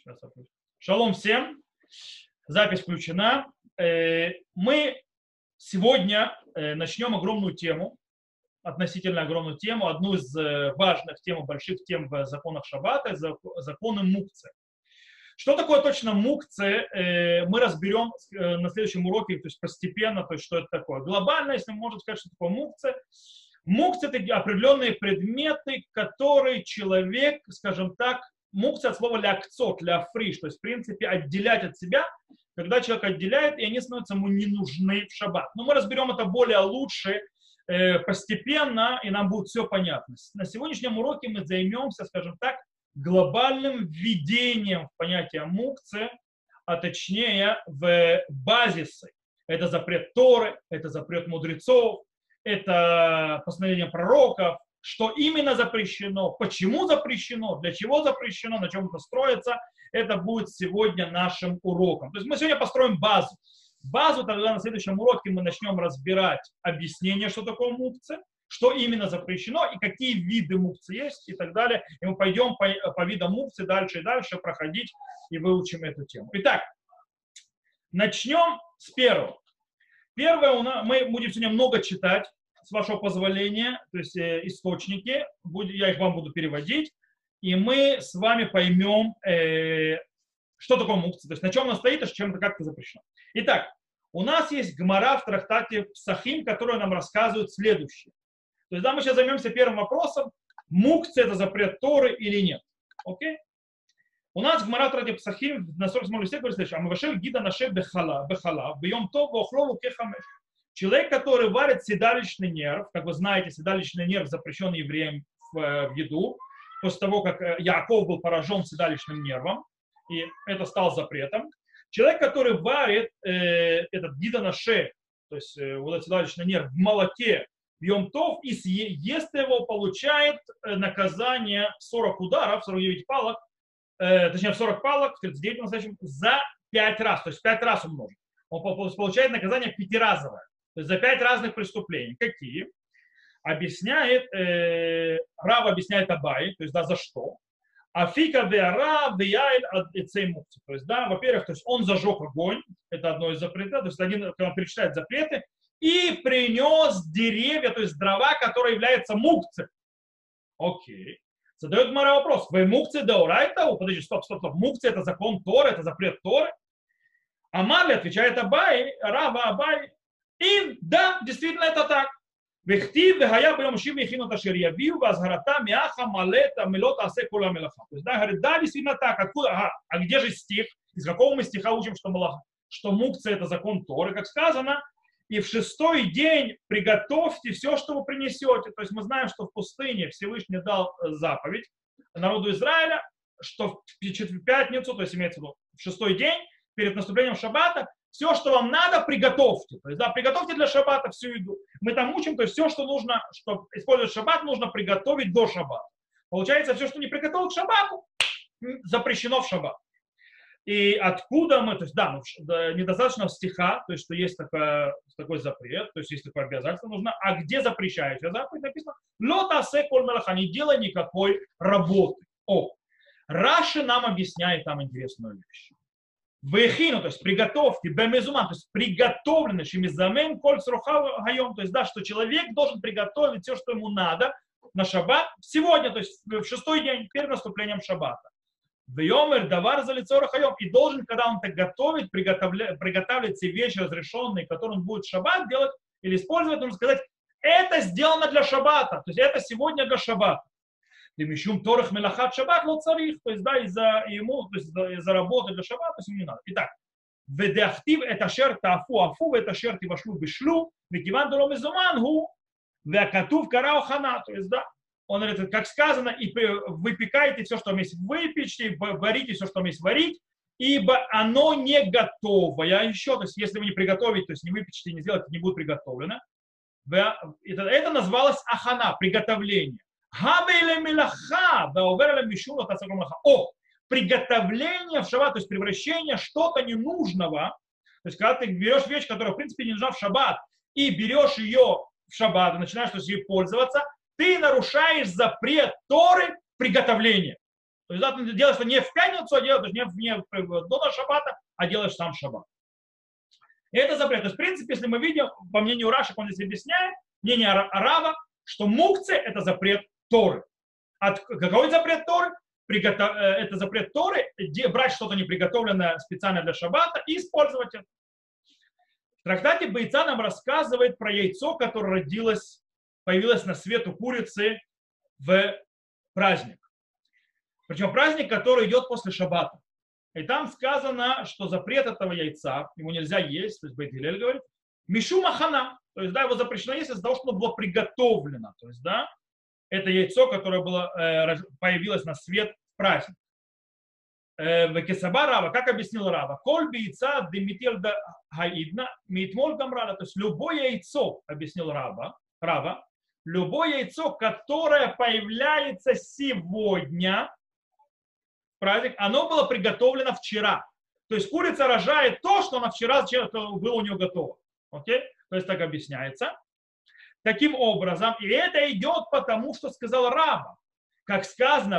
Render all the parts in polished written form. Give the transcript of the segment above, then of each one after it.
Шалом всем. Запись включена. Мы сегодня начнем огромную тему, относительно огромную тему, одну из важных тем, больших тем в законах Шаббата, законы мукцы. Что такое точно мукцы, мы разберем на следующем уроке, то есть постепенно, то есть что это такое. Глобально, если можно сказать, что такое мукцы. Мукцы — это определенные предметы, которые человек, скажем так, мукцы от слова лякцот, ляфриш, то есть в принципе отделять от себя, когда человек отделяет, и они становятся ему не нужны в шаббат. Но мы разберем это более лучше, постепенно, и нам будет все понятно. На сегодняшнем уроке мы займемся, скажем так, глобальным введением в понятие мукцы, а точнее в базисы. Это запрет Торы, это запрет мудрецов, это постановление пророков, что именно запрещено, почему запрещено, для чего запрещено, на чем это строится, это будет сегодня нашим уроком. То есть мы сегодня построим базу. Базу тогда на следующем уроке мы начнем разбирать объяснение, что такое мукцы, что именно запрещено и какие виды мукцы есть и так далее. И мы пойдем по видам мукцы дальше и дальше проходить и выучим эту тему. Итак, начнем с первого. Первое, мы будем сегодня много читать, с вашего позволения, то есть источники, я их вам буду переводить, и мы с вами поймем, что такое мукция, то есть на чем она стоит, и чем это как-то запрещено. Итак, у нас есть гемара в трактате Псахим, которая нам рассказывает следующее. То есть, да, мы сейчас займемся первым вопросом, мукция — это запрет Торы или нет. Окей? У нас гемара в трактате Псахим на 47 листе говорит следующее. Амвашель гида наше бехала, бьем то вохлову кехамеш. Человек, который варит седалищный нерв, как вы знаете, седалищный нерв запрещен евреям в еду, после того, как Яаков был поражен седалищным нервом, и это стало запретом. Человек, который варит этот гидонаше, то есть вот этот седалищный нерв в молоке, в йом-тов, и ест его, получает наказание 40 ударов, 49 палок, точнее 40 палок, 39 в настоящем, за 5 раз, то есть 5 раз умножить. Он получает наказание 5-разовое. То есть за 5 разных преступлений. Какие? Объясняет, Рав объясняет Абай, то есть да, за что. Афика веара веяэль эцей мукцы. То есть, да, во-первых, то есть он зажег огонь, это одно из запретов, то есть один, когда он перечисляет запреты, и принес деревья, то есть дрова, которые являются мукцей. Окей. Задает Гмара вопрос. Вы мукцы даурайта? Подожди, стоп. Мукцы — это закон Торы, это запрет Торы. Амарли отвечает Абай, Рава Абай. И да, действительно это так. Вехтив вегая бьем шив мехину ташер явию вазгарата мяха малета мелота асе кула мелаха. То есть да, говорит, да, действительно так. Откуда? А где же стих? Из какого мы стиха учим, что мукция — это закон Торы, как сказано? И в 6-й день приготовьте все, что вы принесете. То есть мы знаем, что в пустыне Всевышний дал заповедь народу Израиля, что в пятницу, то есть имеется в виду в 6-й день, перед наступлением шаббата, все, что вам надо, приготовьте. То есть, да, приготовьте для шаббата всю еду. Мы там учим, то есть все, что нужно, чтобы использовать шаббат, нужно приготовить до шаббата. Получается, все, что не приготовил к шаббату, запрещено в шаббат. И откуда мы, то есть, да, недостаточно стиха, то есть, что есть такой запрет, то есть, есть такое обязательство нужно, а где запрещающая заповедь написано, лота се коль мелаха, не делай никакой работы. Раши нам объясняет там интересную вещь. Вехину, то есть приготовьте, бемезуман, то есть приготовленный, шимизамен, коль срухав хайом, то есть да, что человек должен приготовить все, что ему надо на шаббат сегодня, то есть в 6-й день перед наступлением шаббата. Вьомер давар за лицо хайом, и должен, когда он так готовит, приготавливать все вещи разрешенные, которые он будет в шаббат делать или использовать, нужно сказать, это сделано для шаббата, то есть это сегодня для шаббата. Мишум торах мелахат шаббат ло царих, то есть да, из-за работы для шаббата, то есть ему не надо. Итак, ведахтив это шер тафу, это шер тивашлу бишлу, векиван долом изуман гу, векатув карау хана, то есть да, он говорит, как сказано, и выпекайте все, что вам есть выпечь, и варите все, что вам есть варить, ибо оно не готовое еще, то есть если вы не приготовите, то есть не выпечите, не сделаете, не будет приготовлено. Это называлось ахана, приготовление. Приготовление в шаббат, то есть превращение что-то ненужного, то есть когда ты берешь вещь, которая в принципе не нужна в шаббат, и берешь ее в шаббат, и начинаешь ею пользоваться, ты нарушаешь запрет Торы приготовления. То есть, да, ты делаешь это не в пятницу, а делаешь не до шаббата, а делаешь сам шаббат. И это запрет. То есть, в принципе, если мы видим, по мнению Раши, он здесь объясняет, мнение Рава, что мукция – это запрет Торы. Какой запрет Торы? Это запрет Торы, брать что-то неприготовленное специально для шаббата и использовать это. В трактате Бойца нам рассказывает про яйцо, которое появилось на свет у курицы в праздник. Причем праздник, который идет после шаббата. И там сказано, что запрет этого яйца, его нельзя есть, то есть Бейт Гилель говорит, мишу махана, то есть, да, его запрещено есть из-за того, что оно было приготовлено. То есть, да, это яйцо, которое появилось на свет в праздник. В Кесаба Рава, как объяснил Рава, коль би яйца демител да гаидна, митмол гамрада, то есть любое яйцо, объяснил Рава, любое яйцо, которое появляется сегодня, праздник, оно было приготовлено вчера. То есть курица рожает то, что она вчера было у нее готово. Окей? То есть так объясняется. Таким образом, и это идет потому, что сказал Раба. Как сказано,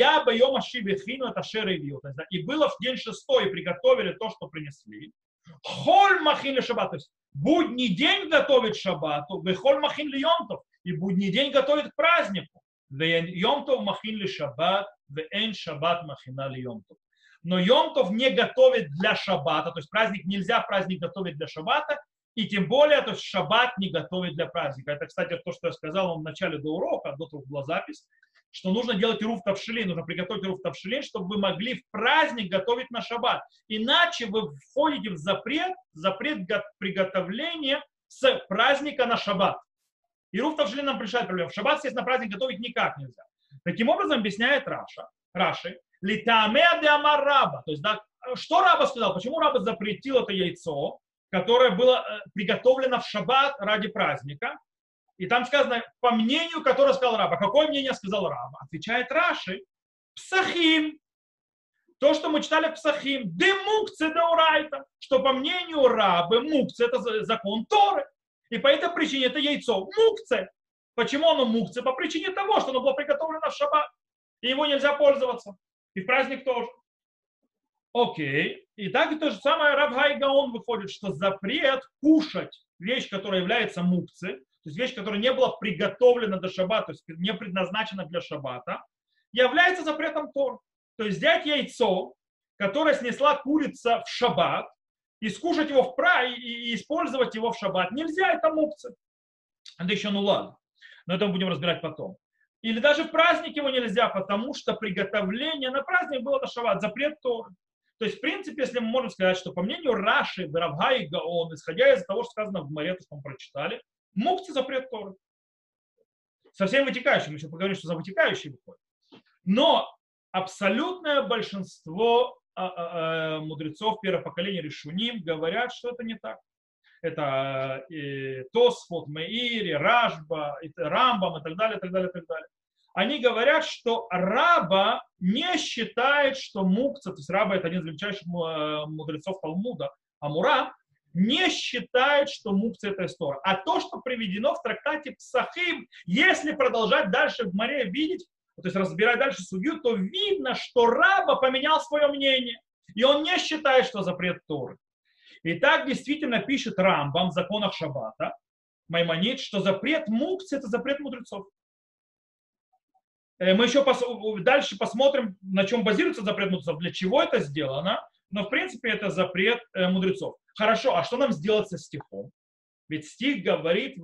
и было в день шестой, и приготовили то, что принесли. Холь махин ли шаббат, то есть будний день готовит шаббату, холь махин ли йомтов, и будний день готовит к празднику. Йомтов махин ли шаббат, вен шаббат махина ли йомтов. Но йомтов не готовит для шаббата, то есть нельзя праздник готовить для шаббата, и тем более, то есть шаббат не готовит для праздника. Это, кстати, то, что я сказал вам в начале до урока, до того была запись, что нужно делать руф тавшилин, нужно приготовить руф тавшилин, чтобы вы могли в праздник готовить на шаббат. Иначе вы входите в запрет приготовления с праздника на шаббат. И руф тавшилин нам решает проблему. В шаббат, естественно, праздник готовить никак нельзя. Таким образом, объясняет Раши, литамеа де амар раба. То есть, да, что Раба сказал? Почему Раба запретил это яйцо, которое было приготовлено в шаббат ради праздника? И там сказано, по мнению, которое сказал Раба. Какое мнение сказал Раба? Отвечает Раши, псахим. То, что мы читали в Псахим, де мукце даурайта, что по мнению Рабы мукце это закон Торы. И по этой причине это яйцо мукце. Почему оно мукце? По причине того, что оно было приготовлено в шаббат. И его нельзя пользоваться. И в праздник тоже. Окей. И так и то же самое Рав Хай Гаон выходит, что запрет кушать вещь, которая является мукце, то есть вещь, которая не была приготовлена до шаббата, то есть не предназначена для шаббата, является запретом Тор. То есть взять яйцо, которое снесла курица в шаббат, и скушать его и использовать его в шаббат нельзя, это мукце. Это еще ну ладно. Но это мы будем разбирать потом. Или даже в праздник его нельзя, потому что приготовление на праздник было до шаббат, запрет Торы. То есть, в принципе, если мы можем сказать, что по мнению Раши, Рав Хай Гаон, исходя из того, что сказано в Море, что мы прочитали, мукце запрет Торы. Со всем вытекающим, мы еще поговорим, что за вытекающие выходит. Но абсолютное большинство мудрецов первого поколения Решуним говорят, что это не так. Это Тосфот, Меир, Рашба, Рамбам и так далее, так далее, так далее. Они говорят, что Раба не считает, что мукца, то есть Раба это один из величайших мудрецов Талмуда, Амура, не считает, что мукца это история. А то, что приведено в трактате Псахим, если продолжать дальше в море видеть, то есть разбирать дальше судью, то видно, что Раба поменял свое мнение. И он не считает, что запрет Торы. И так действительно пишет Рамбам в законах Шаббата, Маймонид, что запрет мукцы – это запрет мудрецов. Мы еще дальше посмотрим, на чем базируется запрет мудрецов, для чего это сделано, но в принципе это запрет мудрецов. Хорошо, а что нам сделать со стихом? Ведь стих говорит,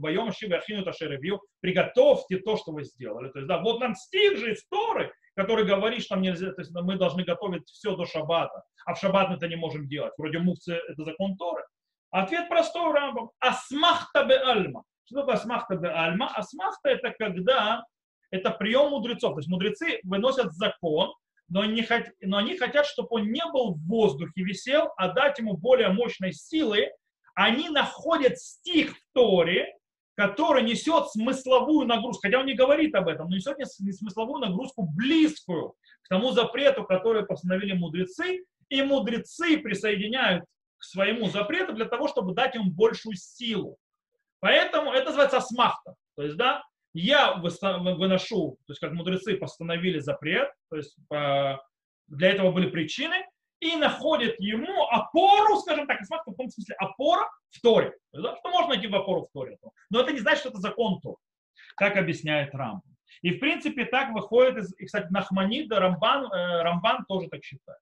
приготовьте то, что вы сделали. То есть, да, вот нам стих же из Торы, который говорит, что нам нельзя, то есть, мы должны готовить все до шаббата, а в шаббат мы это не можем делать. Вроде мукцы это закон Торы. Ответ простой, Рамбам. Асмахта бе альма. Что такое асмахта бе альма? Асмахта это когда это прием мудрецов. То есть мудрецы выносят закон, но они хотят, чтобы он не был в воздухе висел, а дать ему более мощной силы. Они находят стих в Торе, который несет смысловую нагрузку, хотя он не говорит об этом, но несет смысловую нагрузку близкую к тому запрету, который постановили мудрецы, и мудрецы присоединяют к своему запрету для того, чтобы дать ему большую силу. Поэтому это называется асмахта. То есть, да, я выношу, то есть как мудрецы постановили запрет, то есть для этого были причины, и находит ему опору, скажем так, в каком смысле опора в Торе. Да, что можно найти в опору в Торе. Но это не значит, что это закон Тор. Так объясняет Рамбан. И в принципе так выходит, и, кстати, Нахманида, Рамбан тоже так считает.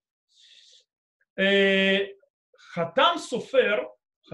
Хатам Софер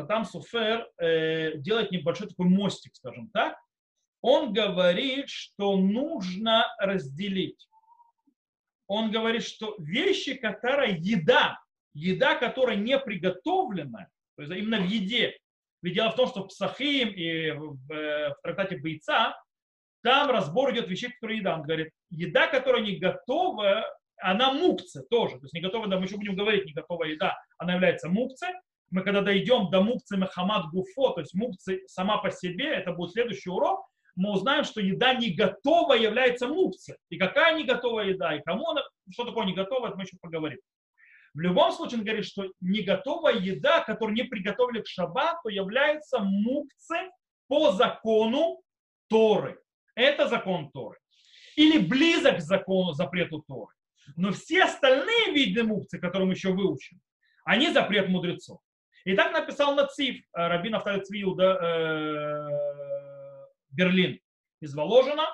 делает небольшой такой мостик, скажем так. Он говорит, что нужно разделить. Он говорит, что вещи, которые еда, которая не приготовлена, то есть именно в еде. Ведь дело в том, что в Псахим и в трактате Бойца там разбор идет вещей, которые еда. Он говорит, еда, которая не готова, она мукце тоже. То есть не готовая, да, мы еще будем говорить, не готовая еда, она является мукце. Мы когда дойдем до мукце мехамад гуфо, то есть мукце сама по себе, это будет следующий урок, мы узнаем, что еда не готова является мукце. И какая не готовая еда, и кому она, что такое не готовая, это мы еще поговорим. В любом случае он говорит, что не готовая еда, которую не приготовили к шаббату, является мукце по закону Торы. Это закон Торы. Или близок к закону, запрету Торы. Но все остальные виды мукцы, которые мы еще выучим, они запрет мудрецов. И так написал Нацив, раббин Нафтали Цви Иуда Берлин из Воложина.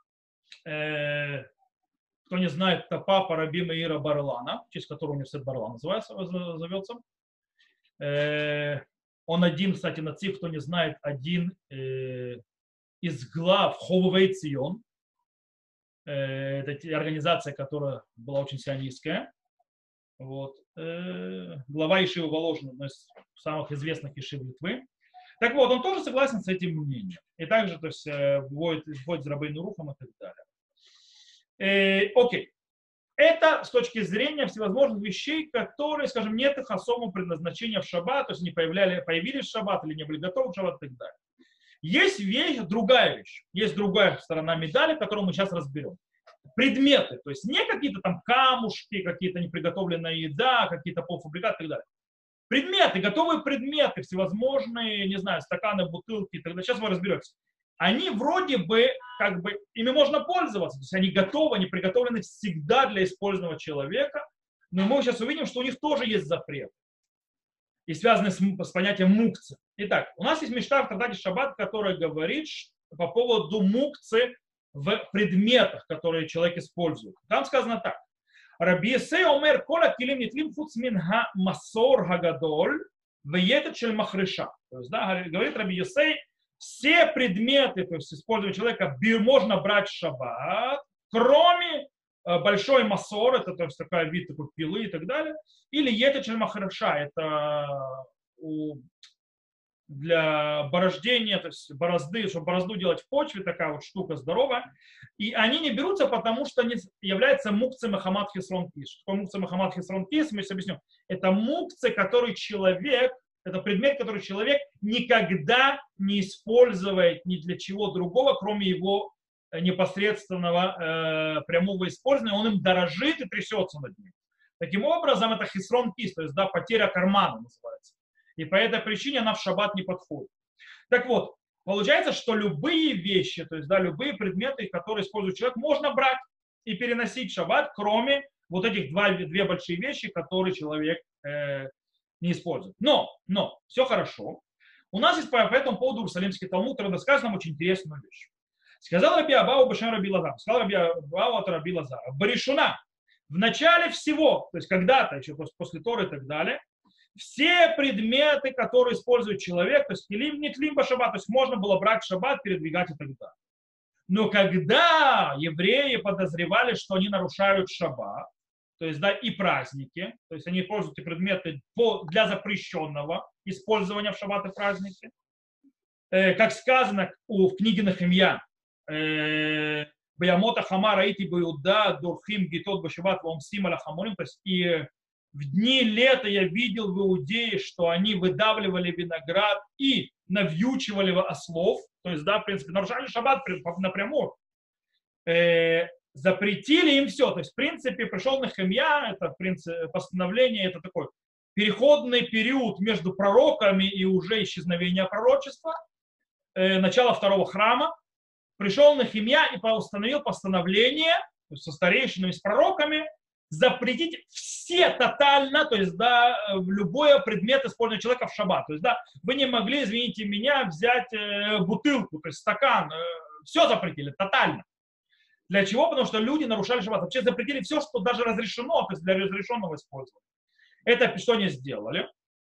Кто не знает, это папа раби Меира Барлана, в честь которого университет Барлан зовется. Он один, кстати, Нацив, кто не знает, один из глав Ховвей Цион. Это организация, которая была очень сионистская. Вот. Глава Ешивы Воложина, одной из самых известных ешив Литвы. Так вот, он тоже согласен с этим мнением. И также, то есть, вводит с Рабейну Рухом и так далее. Окей. Это с точки зрения всевозможных вещей, которые, скажем, нет их особого предназначения в шаббат, то есть не появились в шаббат или не были готовы в шаббат и так далее. Есть вещь, другая вещь. Есть другая сторона медали, которую мы сейчас разберем. Предметы, то есть не какие-то там камушки, какие-то неприготовленная еда, какие-то полуфабрикаты и так далее. Предметы, готовые предметы, всевозможные, не знаю, стаканы, бутылки и так далее. Сейчас вы разберетесь. Они вроде бы, как бы, ими можно пользоваться, то есть они готовы, они приготовлены всегда для использования человека, но мы сейчас увидим, что у них тоже есть запрет. И связаны с понятием мукцы. Итак, у нас есть мишна в трактате Шаббат, которая говорит по поводу мукцы в предметах, которые человек использует. Там сказано так. Раби Йосей омер кола килим нитлим хуц мин ха масор хагадоль веетет шель махриша. То есть, да, говорит Раби Йосей, все предметы, то есть использование человека, можно брать в шаббат, кроме большой масор, это то есть такой вид такой пилы и так далее, или етет шель махриша, это для борождения, то есть борозды, чтобы борозду делать в почве, такая вот штука здоровая. И они не берутся, потому что они являются мукцей Махамад Хисрон Кис. Что такое мукцей Махамад Хисрон Кис, мы сейчас объясним. Это мукцей, который человек, это предмет, который человек никогда не использует ни для чего другого, кроме его непосредственного прямого использования. Он им дорожит и трясется над ним. Таким образом, это Хисрон Кис, то есть да, потеря кармана называется. И по этой причине она в шаббат не подходит. Так вот, получается, что любые вещи, то есть да, любые предметы, которые использует человек, можно брать и переносить в шаббат, кроме вот этих две большие вещи, которые человек не использует. Но, все хорошо. У нас есть по этому поводу Иерусалимский Талмуд, который рассказывает нам очень интересную вещь. Сказал Раби Абау башем Раби Лазар, сказал Раби Абау от Раби Лазара, Баришуна, в начале всего, то есть когда-то, еще после Торы и так далее, все предметы, которые использует человек, то есть килим, не тлим шаббат, то есть можно было брать шаббат, передвигать и так далее. Но когда евреи подозревали, что они нарушают шаббат, то есть да, и праздники, то есть они используют эти предметы для запрещенного использования в шаббат и праздники, как сказано в книге Нехемия, Баямота Хамара Ити Баюда Дурхим Гитот Башабат Вомсим Аля Хамурим, то есть и в дни лета я видел в Иудее, что они выдавливали виноград и навьючивали ослов, то есть, да, в принципе, нарушали шаббат напрямую, запретили им все. То есть, в принципе, пришел Нехемия, это, в принципе, постановление, это такой переходный период между пророками и уже исчезновение пророчества, начало второго храма, пришел Нехемия и установил постановление, то есть со старейшинами, с пророками, запретить все тотально, то есть, да, любой предмет использования человека в шаббат. То есть, да, вы не могли, извините меня, взять бутылку, то есть стакан, все запретили тотально. Для чего? Потому что люди нарушали шаббат. Вообще запретили все, что даже разрешено, то есть для разрешенного использования. Это что они сделали?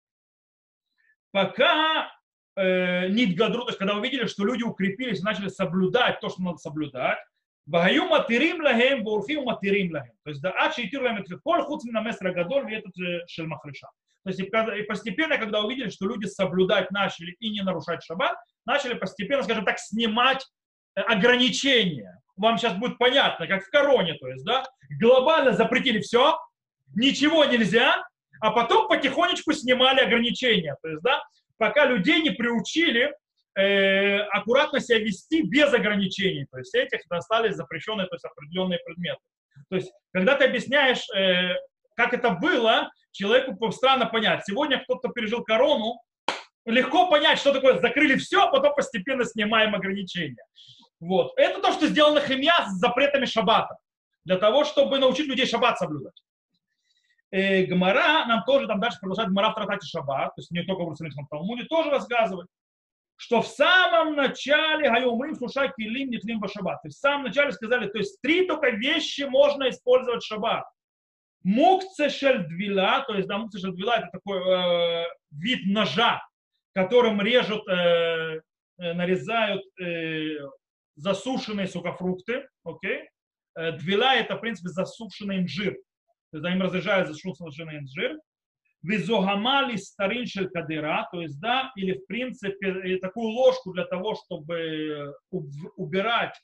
Пока Нидгадру, то есть когда увидели, что люди укрепились и начали соблюдать то, что надо соблюдать, Вагаю матирим лагем, бурфим матирим лагем. То есть да, ачи итир лагем коль хуцим на месра гадоль, и этот шель махриша. То есть и постепенно, когда увидели, что люди соблюдать начали и не нарушать шаббат, начали постепенно, скажем так, снимать ограничения. Вам сейчас будет понятно, как в короне, то есть, да, глобально запретили все, ничего нельзя, а потом потихонечку снимали ограничения, то есть, да, пока людей не приучили аккуратно себя вести без ограничений. То есть этих остались запрещенные, то есть определенные предметы. То есть, когда ты объясняешь, как это было, человеку странно понять. Сегодня кто-то пережил корону, легко понять, что такое закрыли все, а потом постепенно снимаем ограничения. Вот. Это то, что сделано Нехемия с запретами шаббата. Для того, чтобы научить людей шаббат соблюдать. Гмара нам тоже там дальше продолжает Гмара в трактате шаббат, то есть не только в Иерусалимском Талмуде, тоже рассказывает, что в самом начале Гайомрим слушай килим нетлим в шаббат. В самом начале сказали, то есть 3 только вещи можно использовать в шаббат. Мукце шельдвила, то есть да, мукце шельдвила это такой вид ножа, которым режут, нарезают засушенные сухофрукты. Okay? Двила это в принципе засушенный инжир. То есть да, им разрезают засушенный инжир. Визогамали старин шель кадыра, то есть, да, или в принципе такую ложку для того, чтобы убирать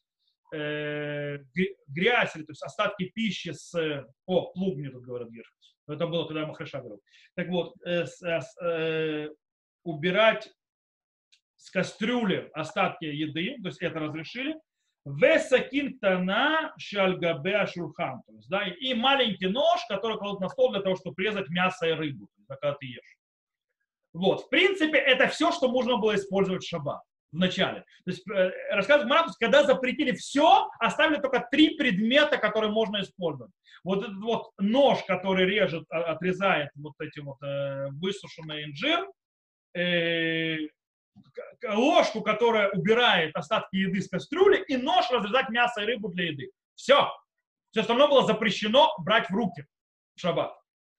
грязь, или, то есть остатки пищи с... плуг мне тут говорят, Геш. Это было, когда Махреша говорил. Так вот, убирать с кастрюли остатки еды, то есть это разрешили. Весакин тана шальгабеа шурхан. То есть, да, и маленький нож, который кладут на стол для того, чтобы резать мясо и рыбу, когда ты ешь. Вот, в принципе, это все, что можно было использовать в шаббат в начале. То есть, рассказывает Маратус, когда запретили все, оставили только 3 предмета, которые можно использовать. Вот этот вот нож, который режет, отрезает вот эти вот высушенный инжир, ложку, которая убирает остатки еды с кастрюли, и нож разрезать мясо и рыбу для еды. Все. Все остальное было запрещено брать в руки в шаббат.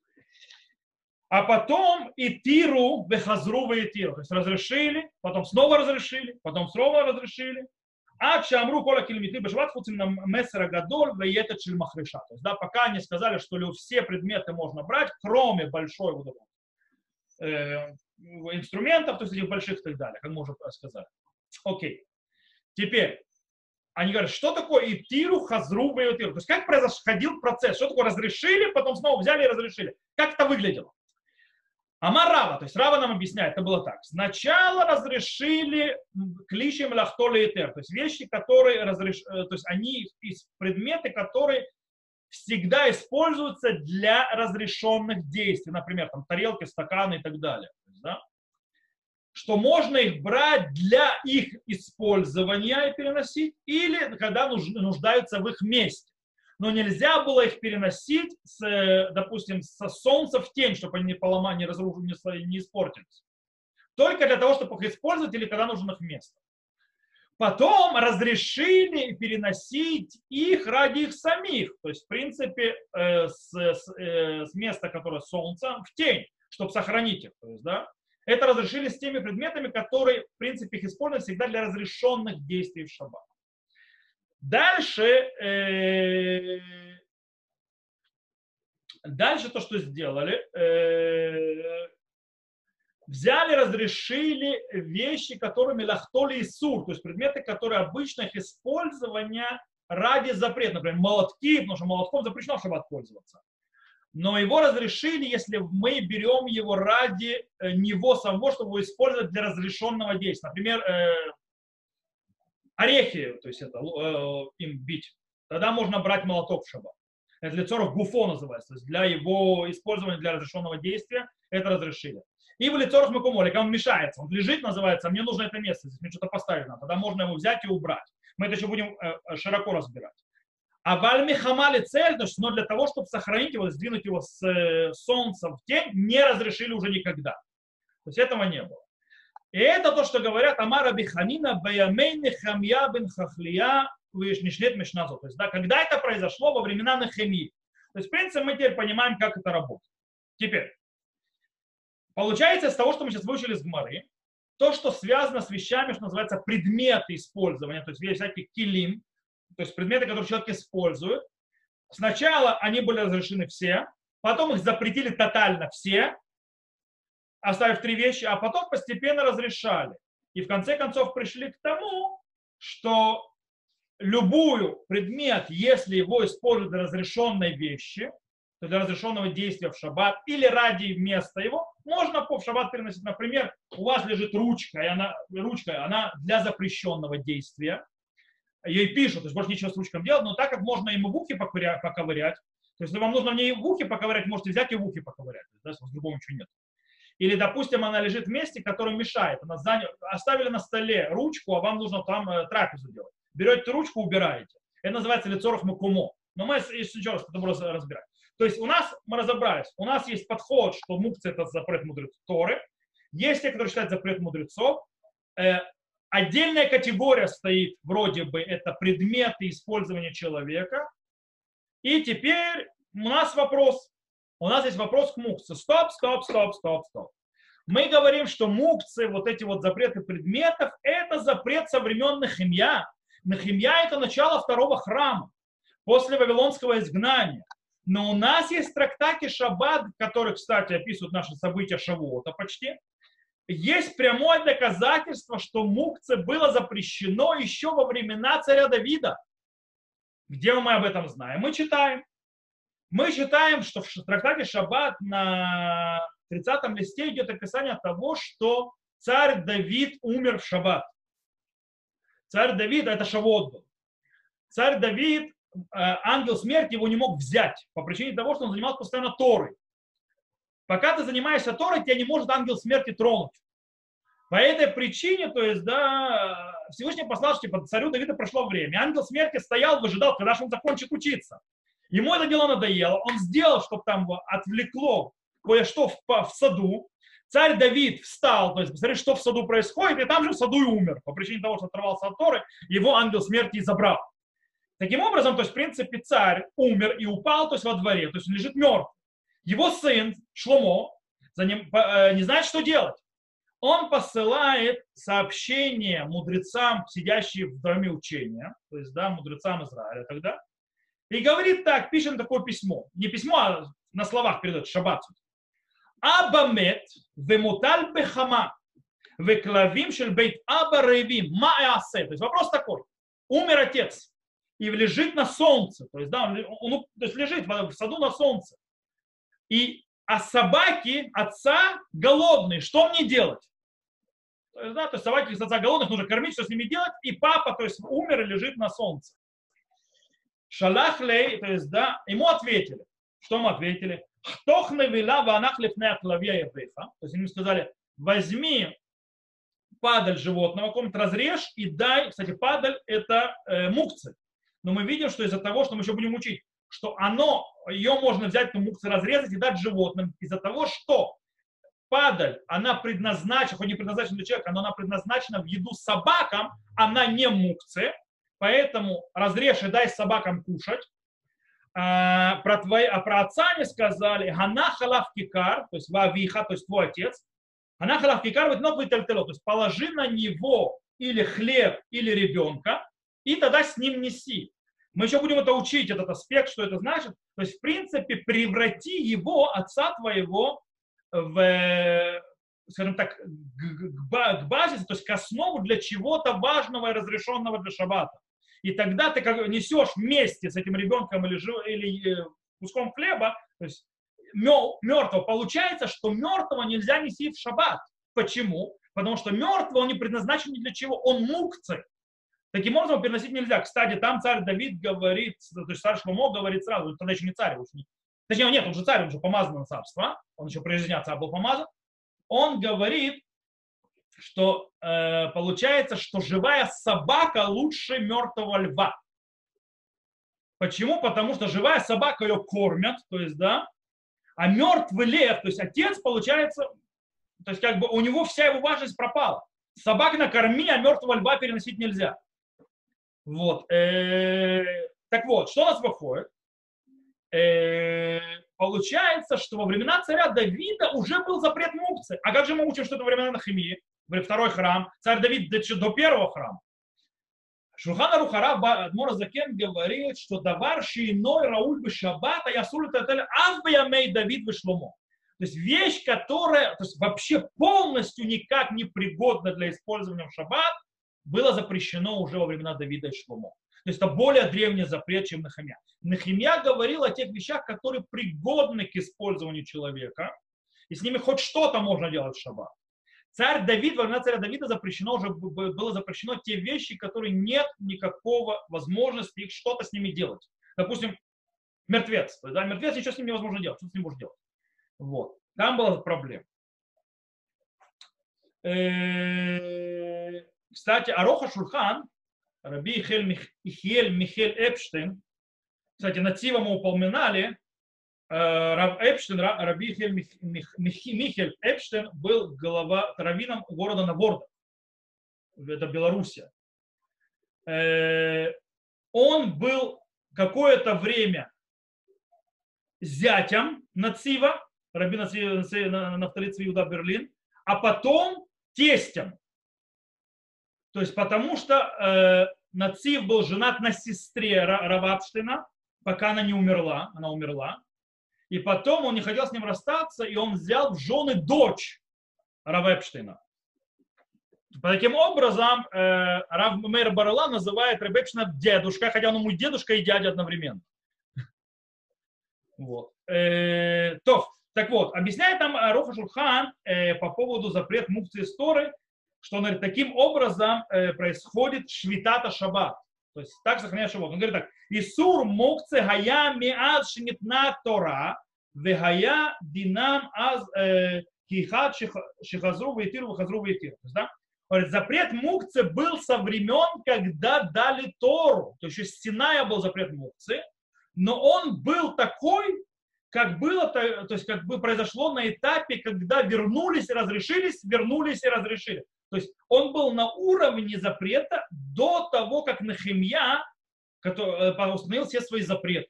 А потом и тиру, вехазру в тиру. То есть разрешили, потом снова разрешили, потом снова разрешили. А чамру кола километры бешаббат хуцим на мессера гадоль веета чель махреша. То есть, да, пока они сказали, что все предметы можно брать, кроме большой вот инструментов, то есть этих больших и так далее, как мы уже сказали. Окей. Теперь, они говорят, что такое итиру, хазру, бейтиру? То есть как происходил процесс? Что такое разрешили, потом снова взяли и разрешили? Как это выглядело? Амар Рава, то есть Рава нам объясняет, это было так. Сначала разрешили клишем лахтоле и тер, то есть вещи, которые то есть они предметы, которые всегда используются для разрешенных действий, например, там, тарелки, стаканы и так далее. Да? Что можно их брать для их использования и переносить, или когда нуждаются в их месте. Но нельзя было их переносить, допустим, со солнца в тень, чтобы они не разрушились, не испортились. Только для того, чтобы их использовать, или когда нужно их место. Потом разрешили переносить их ради их самих. То есть, в принципе, с места, которое солнце, в тень, чтобы сохранить их. То есть, да, это разрешили с теми предметами, которые, в принципе, их используют всегда для разрешенных действий в шаббат. Дальше то, что сделали, взяли, разрешили вещи, которыми лахтоли и сур, то есть предметы, которые обычно их использования ради запрета. Например, молотки, потому что молотком запрещено в шаббат пользоваться. Но его разрешили, если мы берем его ради него самого, чтобы его использовать для разрешенного действия. Например, орехи, то есть это им бить. Тогда можно брать молоток в шаббат. Это для цоров гуфо называется, то есть для его использования для разрешенного действия это разрешили. И в лицо Рахмакумолика он мешается, он лежит, называется, мне нужно это место, здесь мне что-то поставить надо, тогда можно его взять и убрать. Мы это еще будем широко разбирать. А вальми хамали цель, но для того, чтобы сохранить его, сдвинуть его с солнца в тень, не разрешили уже никогда. То есть этого не было. И это то, что говорят Амара Биханина, Баямейни Хамья бен Хахлия, Вишнишлет Мишназо. То есть, да, когда это произошло во времена Нехемии. То есть, в принципе, мы теперь понимаем, как это работает. Теперь, получается, из того, что мы сейчас выучили с Гмары, то, что связано с вещами, что называется предметы использования, то есть всякие килим, то есть предметы, которые человек использует. Сначала они были разрешены все, потом их запретили тотально все, оставив 3 вещи, а потом постепенно разрешали. И в конце концов пришли к тому, что любую предмет, если его используют для разрешенной вещи, то для разрешенного действия в шаббат или ради места его, можно в шаббат переносить. Например, у вас лежит ручка, и она для запрещенного действия. Ей пишут, то есть больше ничего с ручкой делать, но так как можно им в ухе поковырять, то есть если вам нужно в ней в ухе поковырять, можете взять и в ухе поковырять, да, если у вас другого ничего нет. Или, допустим, она лежит в месте, которое мешает. Оставили на столе ручку, а вам нужно там трапезу делать. Берете ручку, убираете. Это называется лицорах мукумо. Но мы еще раз будем разбирать. То есть мы разобрались. У нас есть подход, что мукция это запрет мудрецов Торы. Есть те, которые считают запрет мудрецов. Отдельная категория стоит, вроде бы, это предметы использования человека. И теперь у нас вопрос. У нас есть вопрос к мукции. Стоп. Мы говорим, что мукции, вот эти вот запреты предметов, это запрет со времен Нехемия. Нехемия это начало второго храма, после Вавилонского изгнания. Но у нас есть в трактате Шаббат, который, кстати, описывают наши события Шавуота почти. Есть прямое доказательство, что мукция было запрещено еще во времена царя Давида. Где мы об этом знаем? Мы читаем, что в трактате Шаббат на 30-м листе идет описание того, что царь Давид умер в Шаббат. Царь Давид, это Шавуот был. Царь Давид, ангел смерти его не мог взять по причине того, что он занимался постоянно Торой. Пока ты занимаешься Торой, тебя не может ангел смерти тронуть. По этой причине, то есть, да, Всевышний послал, что типа, царю Давида прошло время. Ангел смерти стоял, выжидал, когда же он закончит учиться. Ему это дело надоело. Он сделал, чтобы там отвлекло кое-что в саду. Царь Давид встал, то есть посмотри, что в саду происходит, и там же в саду и умер. По причине того, что оторвался от Торы, его ангел смерти и забрал. Таким образом, то есть, в принципе, царь умер и упал, то есть, во дворе, то есть, он лежит мертв. Его сын Шломо не знает, что делать. Он посылает сообщение мудрецам, сидящим в доме учения, то есть, да, мудрецам Израиля тогда, и говорит так, пишем такое письмо. Не письмо, а на словах передает Шаббат. Абамет вемуталь бехама веклавим шель бейт аба ревим маэасе. То есть вопрос такой. Умер отец и лежит на солнце. То есть, да, он то есть лежит в саду на солнце. А собаки отца голодные. Что мне делать? То есть, да, то есть собаки отца голодных нужно кормить, что с ними делать. И папа, то есть умер и лежит на солнце. Шалахлей, то есть, да, ему ответили. Что ему ответили? То есть ему сказали, возьми падаль животного, каком-то разрежь и дай, кстати, падаль это мукцы. Но мы видим, что из-за того, что мы еще будем учить, что ее можно взять, мукцы разрезать и дать животным, из-за того, что падаль, она предназначена, хоть не предназначена для человека, но она предназначена в еду собакам, она не мукцы, поэтому разрежь и дай собакам кушать. Про отца они сказали, Гана халав кикар, то есть вавиха, то есть твой отец, Гана халав кикар, то есть положи на него или хлеб, или ребенка, и тогда с ним неси. Мы еще будем это учить, этот аспект, что это значит. То есть, в принципе, преврати его, отца твоего, в, скажем так, к базису, то есть к основу для чего-то важного и разрешенного для шаббата. И тогда ты как несешь вместе с этим ребенком или куском хлеба, то есть мертвого. Получается, что мертвого нельзя нести в шаббат. Почему? Потому что мертвого он не предназначен ни для чего. Он мукцы. Таким образом переносить нельзя. Кстати, там царь Давид говорит, то есть царь Шломо говорит сразу, тогда еще не царь, точнее, нет, он же царь, он же помазан на царство, он еще прежде дня царь был помазан. он говорит, что получается, что живая собака лучше мертвого льва. Почему? Потому что живая собака ее кормят, то есть, да, а мертвый лев, то есть отец, получается, то есть как бы у него вся его важность пропала. Собак накорми, а мертвого льва переносить нельзя. Вот. Так вот, что у нас выходит? Получается, что во времена царя Давида уже был запрет мукцы. А как же мы учим, что это времена Нахемии? Второй храм. Царь Давид до первого храма. Шулхан Арух Арав Адмор Закен говорит, что давар шииной рауль бы шаббат, а ясуль это аз бы ямей Давид бы Шломо. То есть вещь, которая то есть вообще полностью никак не пригодна для использования в шаббат, было запрещено уже во времена Давида и Шломо. То есть это более древний запрет, чем Нехемия. Нехемия говорил о тех вещах, которые пригодны к использованию человека, и с ними хоть что-то можно делать в шаббат. Царь Давид, во времена царя Давида запрещено, уже было запрещено те вещи, которые нет никакого возможности их что-то с ними делать. Допустим, мертвец. Да, мертвец, ничего с ним невозможно делать. Что с ним можно делать? Вот. Там была проблема. Кстати, Арух ха-Шульхан, Раби Ихель Михель Эпштейн, кстати, Нацива мы упоминали, Эпштейн, Раби Ихель Михель Эпштейн был раввином города Новорда, это Белоруссия. Он был какое-то время зятем Нацива, Раби Нафтали Цви Иуда Берлин, а потом тестем. То есть потому что Нацив был женат на сестре Рава Эпштейна, пока она не умерла, она умерла. И потом он не хотел с ним расстаться, и он взял в жены дочь Рава Эпштейна. Таким образом, Рав Мейр Барала называет Рава Эпштейна дедушкой, хотя он ему дедушка и дядя одновременно. Вот. Так вот, объясняет нам Арух ха-Шульхан по поводу запрет мукцы и сторы, что он говорит, таким образом происходит швитата шаббат. То есть так сохраняет шаббат. Он говорит так: Исур мукцы гая миаз шинитна тора, вегая динам аз кихат шихазру вейтиру выхазру вейтиру. Говорит, запрет мукцы был со времен, когда дали Тору. То есть еще с Синая был запрет мукцы, но он был такой, как было, то есть как бы произошло на этапе, когда вернулись и разрешились, вернулись и разрешили. То есть он был на уровне запрета до того, как Нехемия установил все свои запреты.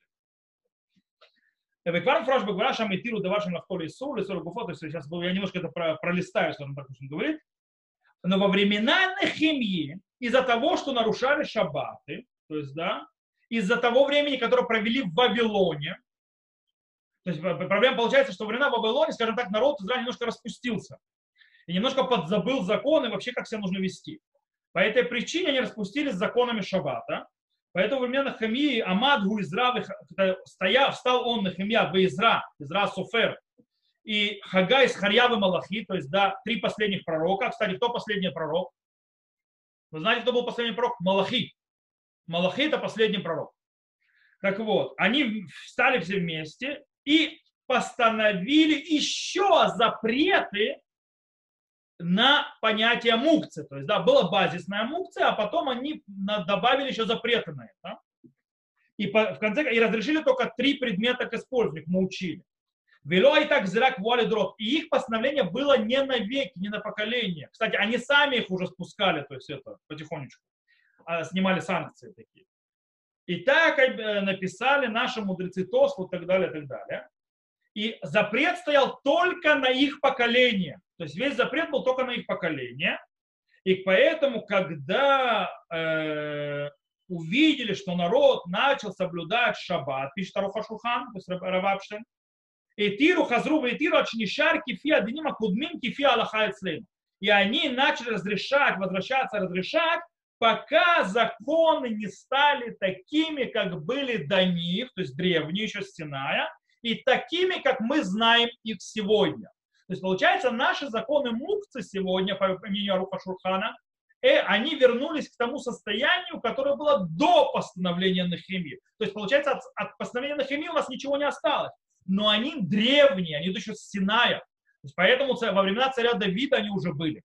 Сейчас я немножко это пролистаю, скажем так, что он говорит. Но во времена Нехемии, из-за того, что нарушали шаббаты, то есть, да, из-за того времени, которое провели в Вавилоне, то есть проблема получается, что во времена Вавилоне, скажем так, народ Израиля немножко распустился. И немножко подзабыл законы вообще, как себя нужно вести. По этой причине они распустились с законами шаббата. Поэтому во времена Нехемии Амадгу Изра, встал он Нехемия в Изра Софер, и Хагай с Харьявы Малахи, то есть, да, 3 последних пророка. Кстати, кто последний пророк? Вы знаете, кто был последний пророк? Малахи. Малахи — это последний пророк. Так вот, они встали все вместе и постановили еще запреты на понятие мукцы. То есть, да, была базисная мукция, а потом они добавили еще запреты на это. И в конце и разрешили только 3 предмета к использованию, мы учили. Вело и так зрак вуали дрот. И их постановление было не на веки, не на поколение. Кстати, они сами их уже спускали, то есть это потихонечку. Снимали санкции такие. И так написали наши мудрецы Тосфот и так далее, и так далее. И запрет стоял только на их поколение. То есть весь запрет был только на их поколение. И поэтому, когда увидели, что народ начал соблюдать шаббат, пишет Арух ха-Шульхан, то есть Рав Эпштейн, Этиру хазру вейтиру ачнишар кифия динима кудмим кифия алаха эцлейну. И они начали разрешать, пока законы не стали такими, как были до них, то есть древние, еще с Синая, и такими, как мы знаем их сегодня. То есть, получается, наши законы мукцы сегодня, по мнению Аруха ха-Шульхана, они вернулись к тому состоянию, которое было до постановления Нехемии. То есть, получается, от постановления Нехемии у нас ничего не осталось. Но они древние, они еще с Синая. есть, поэтому во времена царя Давида они уже были.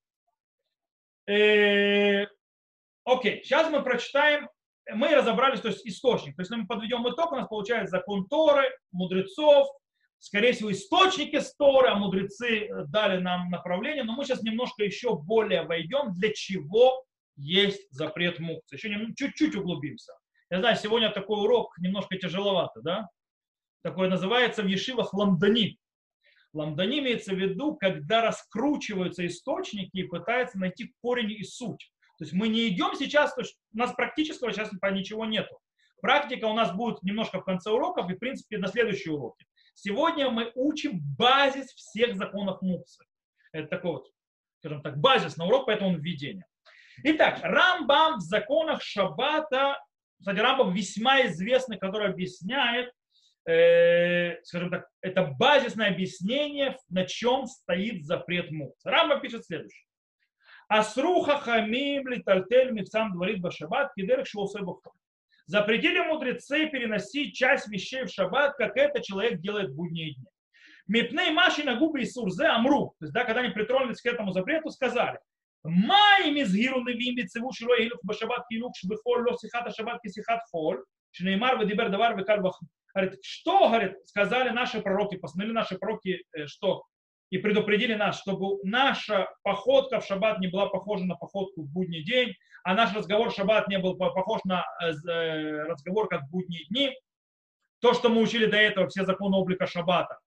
Окей, сейчас мы прочитаем, мы разобрались, то есть источник. То есть, если мы подведем итог, у нас получается закон Торы, мудрецов, скорее всего, источники с Торы, а мудрецы дали нам направление, но мы сейчас немножко еще более войдем, для чего есть запрет мукцы. Еще чуть-чуть углубимся. Я знаю, сегодня такой урок немножко тяжеловато, да? Такое называется в ешивах ламдани. Ламдани имеется в виду, когда раскручиваются источники и пытаются найти корень и суть. То есть мы не идем сейчас, то есть у нас практического сейчас ничего нету. Практика у нас будет немножко в конце уроков и, в принципе, на следующие уроки. Сегодня мы учим базис всех законов мукцы. Это такой вот, скажем так, базисный урок, поэтому он введение. Итак, Рамбам в законах Шаббата, кстати, Рамбам весьма известный, который объясняет, скажем так, это базисное объяснение, на чем стоит запрет мукцы. Рамбам пишет следующее. Асруха хамим литальтель миксам дворит башаббат кидерек шоусе бухтом. Запретили мудрецы переносить часть вещей в шаббат, как это человек делает в будние дни. Мипней маши на губы и сурзе амру. То есть, да, когда они притронулись к этому запрету, сказали: Майми изгиру невим бицеву шилой гилух башаббат килух шбихоль ло сихата шаббат кисихат холь. Шнеймар вадибер давар векаль вах. Что, говорит, сказали наши пророки, постановили наши пророки, что? И предупредили нас, чтобы наша походка в шаббат не была похожа на походку в будний день, а наш разговор в шаббат не был похож на разговор как в будние дни. То, что мы учили до этого, все законы облика шаббата.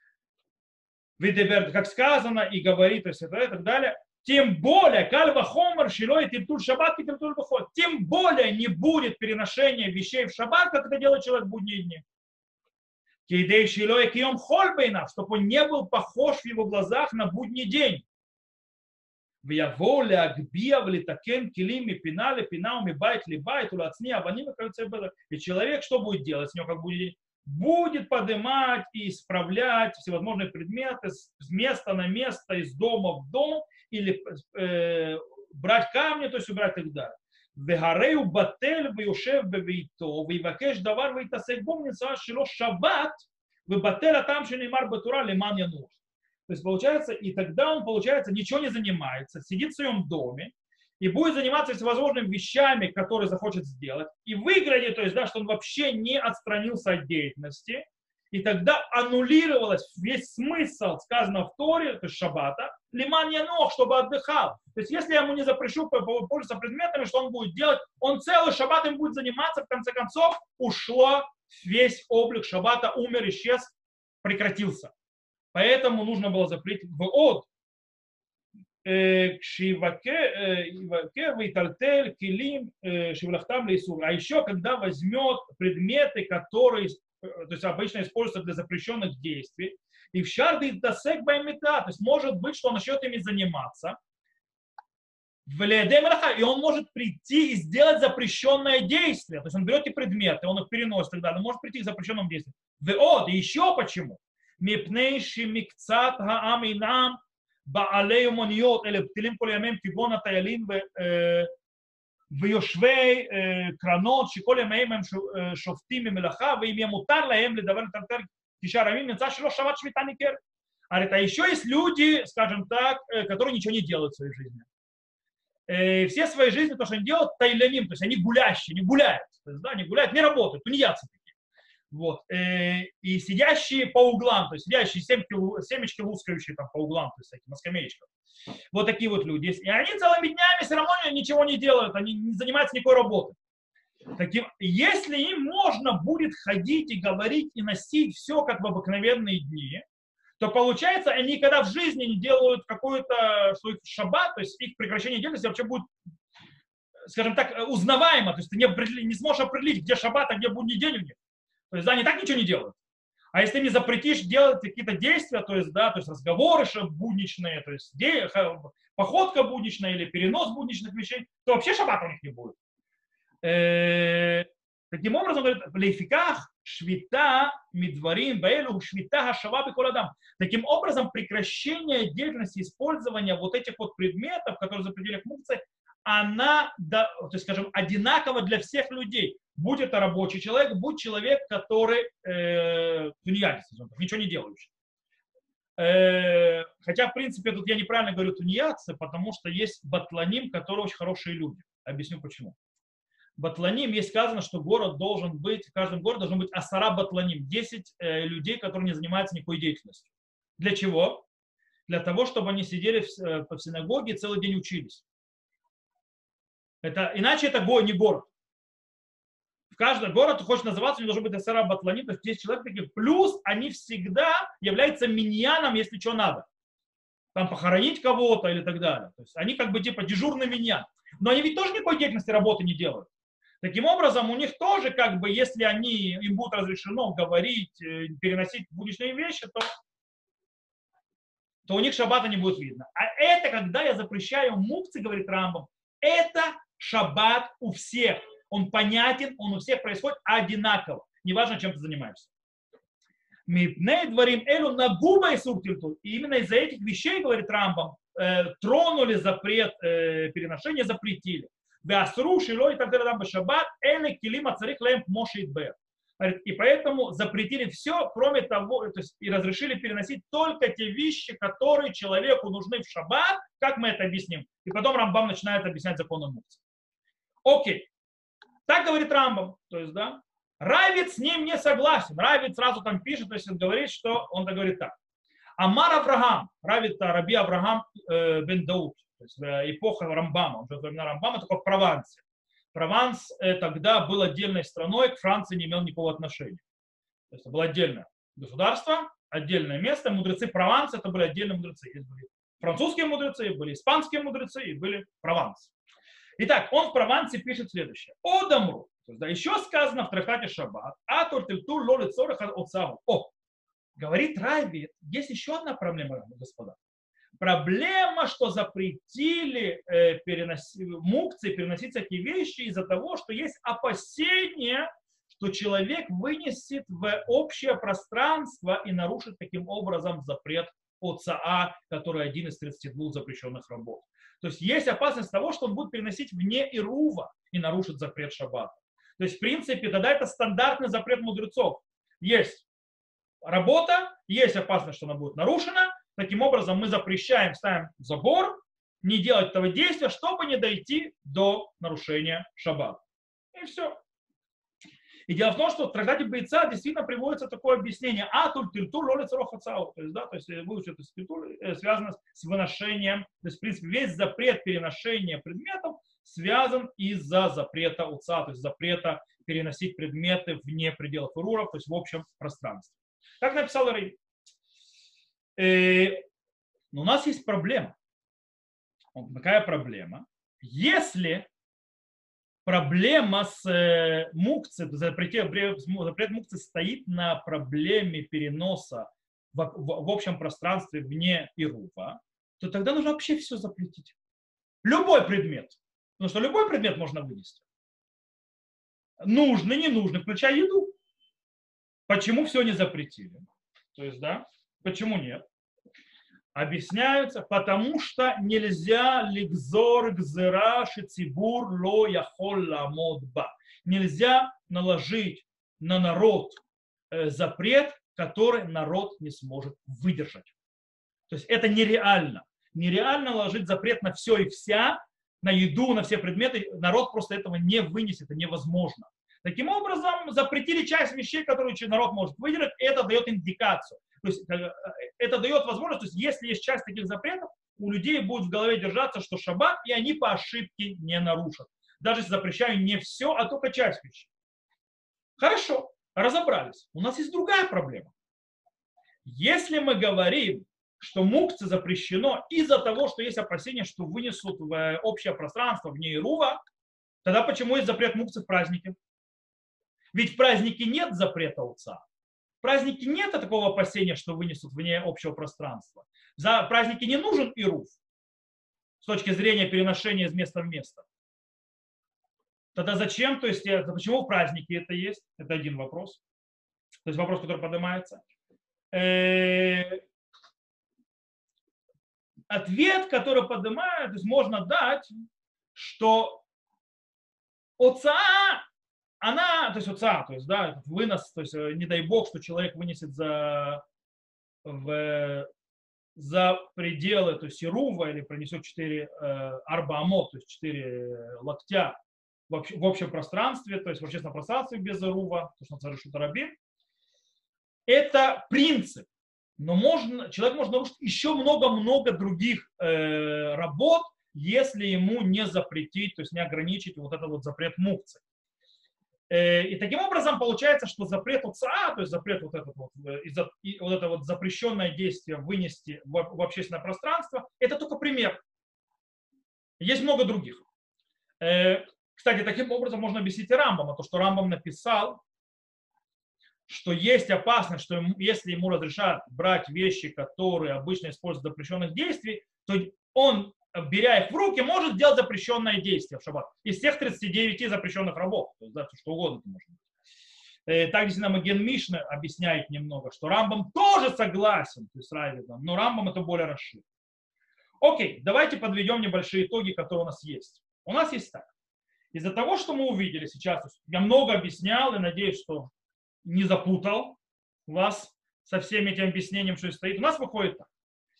Как сказано и говорит, то есть это и так далее. Тем более, кальва хомер, шилой, тимтуль шаббат, тимтуль бахот. Тем более не будет переношения вещей в шаббат, как это делает человек в будние дни. Чтобы он не был похож в его глазах на будний день. И человек что будет делать с него, как будет? Будет поднимать и исправлять всевозможные предметы с места на место, из дома в дом, или брать камни, то есть убрать и так далее. Вегарею батель веюшев бевейто, вейвакеш давар вейтасек бом нецава шило шаббат, вебателя там шенеймар батура леман януш. То есть получается, и тогда он, получается, ничего не занимается, сидит в своем доме и будет заниматься всевозможными вещами, которые захочет сделать, и выглядит, то есть, да, что он вообще не отстранился от деятельности, и тогда аннулировалось весь смысл сказанного в Торе, то есть шаббата, лиман янох, чтобы отдыхал. То есть если я ему не запрещу пользоваться предметами, что он будет делать? Он целый шаббат им будет заниматься, в конце концов ушло весь облик шаббата, умер, исчез, прекратился. Поэтому нужно было запретить в от. А еще когда возьмет предметы, которые, то есть обычно используются для запрещенных действий, и в шарды досек баймета, то есть может быть, что он начнет ими заниматься, и он может прийти и сделать запрещенное действие. То есть он берет эти предметы, он их переносит и так далее, он может прийти к запрещенному действию. И еще почему? Мипнейши микцат хааминам בעלי אומניות, אלה בטלים כל ימיהם כגון הטיילים ויושבי קרנות, שכל ימיהם הם שופטים ממלאכה, ואם יהיה מותר להם לדבר לטלטל תשעה ימים, נמצא שלא שבת שביתה ניכרת. А еще есть люди, скажем так, которые ничего не делают в своей жизни. Все свои жизни, то, что они делают, тайляним, то есть они гулящие, не гуляют. То есть, да, не гуляют, не работают, тунеядцы такие. Вот. И сидящие по углам, то есть сидящие семечки лускающие там по углам, то есть такие, на скамеечках. Вот такие вот люди. И они целыми днями все равно ничего не делают, они не занимаются никакой работой. Если им можно будет ходить и говорить и носить все как в обыкновенные дни, то получается, они никогда в жизни не делают какой-то свой шаббат, то есть их прекращение деятельности вообще будет, скажем так, узнаваемо, то есть ты не сможешь определить, где шаббат, а где будний день у них. То есть, да, они так ничего не делают. А если ты не запретишь делать какие-то действия, то есть, да, то есть разговоры будничные, то есть походка будничная или перенос будничных вещей, то вообще шаббата у них не будет. Таким образом, говорит, в лейфиках швита мидварим баэлу швита хашава беколадам. Таким образом, прекращение деятельности использования вот этих вот предметов, которые запретили в мукце, она, то есть, скажем, одинакова для всех людей. Будь это рабочий человек, будь человек, который тунеядец, ничего не делающий. Хотя, в принципе, тут я неправильно говорю тунеядцы, потому что есть батланим, которые очень хорошие люди. Объясню почему. Батланим, есть сказано, что город должен быть, в каждом городе должен быть асара батланим, 10 людей, которые не занимаются никакой деятельностью. Для чего? Для того, чтобы они сидели в синагоге и целый день учились. Иначе это не город. В каждом городе хочет называться, у него должен быть асара батланим, то есть 10 человек таких. Плюс они всегда являются миньяном, если что надо. Там похоронить кого-то или так далее. То есть они как бы типа дежурный миньян. Но они ведь тоже никакой деятельности работы не делают. Таким образом, у них тоже, как бы, если им будет разрешено говорить, переносить будничные вещи, то у них шаббата не будет видно. А это, когда я запрещаю мукцы, говорит Рамбам, это шаббат у всех. Он понятен, он у всех происходит одинаково. Неважно, чем ты занимаешься. Мипней дворим элю на губа и суртильту. И именно из-за этих вещей, говорит Рамбам, тронули запрет переношения, запретили. Веасру шило и так далее шаббат эле килима царих лэм мошит бэр. И поэтому запретили все, кроме того, то есть и разрешили переносить только те вещи, которые человеку нужны в шаббат, как мы это объясним. И потом Рамбам начинает объяснять законы мукцы. Окей. Так говорит Рамбам. То есть, да, Равид с ним не согласен. Равид сразу там пишет, то есть он говорит, что он говорит так. Амар Авраам, Равид Раби Авраам бен Дауд, то есть эпоха Рамбама, уже во времена Рамбама, только в Провансе. Прованс тогда был отдельной страной, к Франции не имел никакого отношения. То есть это было отдельное государство, отдельное место. Мудрецы Прованса это были отдельные мудрецы. Есть были французские мудрецы, были испанские мудрецы и были Прованс. Итак, он в Провансе пишет следующее. О Дамру. То есть, да, еще сказано в трактате Шаббат. А тортильту лоли цорах отцаву. О, говорит Рави, есть еще одна проблема, господа. Проблема, что запретили мукции переносить такие вещи из-за того, что есть опасение, что человек вынесет в общее пространство и нарушит таким образом запрет ОЦА, который один из 32 запрещенных работ. То есть есть опасность того, что он будет переносить вне Ирува и нарушит запрет шаббата. То есть, в принципе, тогда это стандартный запрет мудрецов. Есть работа, есть опасность, что она будет нарушена. Таким образом, мы запрещаем, ставим забор, не делать этого действия, чтобы не дойти до нарушения шаббата. И все. И дело в том, что в трактате Бейца действительно приводится такое объяснение. Атуль тильтуль лолец рохацау. То есть, да, то есть выучить это связано с выношением. То есть, в принципе, весь запрет переношения предметов связан из-за запрета уца, то есть запрета переносить предметы вне пределов ируров, то есть в общем пространстве. Как написал Рей. Но у нас есть проблема. Какая проблема? Если проблема с мукцией, запрет мукции стоит на проблеме переноса в общем пространстве вне Ирува, то тогда нужно вообще все запретить. Любой предмет. Потому что любой предмет можно вынести. Нужный, ненужный, включая еду. Почему все не запретили? То есть, да, почему нет? Объясняются, потому что нельзя лигзор гзера шицибур ло яхол ламод ба. Нельзя наложить на народ запрет, который народ не сможет выдержать. То есть это нереально. Нереально наложить запрет на все и вся, на еду, на все предметы. Народ просто этого не вынесет, это невозможно. Таким образом, запретили часть вещей, которые народ может выдержать, и это дает индикацию. То есть это дает возможность, то есть если есть часть таких запретов, у людей будет в голове держаться, что шаббат, и они по ошибке не нарушат. Даже если запрещаю не все, а только часть вещей. Хорошо, разобрались. У нас есть другая проблема. Если мы говорим, что мукция запрещено из-за того, что есть опасения, что вынесут в общее пространство вне Ирува, тогда почему есть запрет мукции в празднике? Ведь в празднике нет запрета уца. В празднике нет такого опасения, что вынесут вне общего пространства. За праздники не нужен Ирув с точки зрения переношения из места в место. Тогда зачем? То есть, почему в празднике это есть? Это один вопрос. То есть вопрос, который поднимается. Ответ, который поднимает, то есть можно дать, что оца, она, то есть оца, то есть, да, вынос, то есть не дай бог, что человек вынесет за пределы, то есть ирува, или пронесет 4 арбаамот, то есть 4 локтя в общем пространстве, то есть в общественном пространстве без ирува, то, что называется рабин, это принцип. Но человек может нарушить еще много-много других работ, если ему не запретить, то есть не ограничить вот этот вот запрет мукцы. И таким образом получается, что запрет УЦА, то есть запрет вот этот вот, вот это вот запрещенное действие вынести в общественное пространство, это только пример. Есть много других. Кстати, таким образом можно объяснить и Рамбама, то, что Рамбам написал, что есть опасность, что если ему разрешат брать вещи, которые обычно используют для запрещенных действий, то он, беря их в руки, может сделать запрещенное действие в шаббат. Из всех 39 запрещенных работ. То есть, да, что угодно это может быть. Так действительно Маген Мишна объясняет немного, что Рамбам тоже согласен с Райвизом, но Рамбам это более расширен. Окей, давайте подведем небольшие итоги, которые у нас есть. У нас есть так. Из-за того, что мы увидели сейчас, я много объяснял и надеюсь, что не запутал вас со всеми этим объяснением, что стоит. У нас выходит так.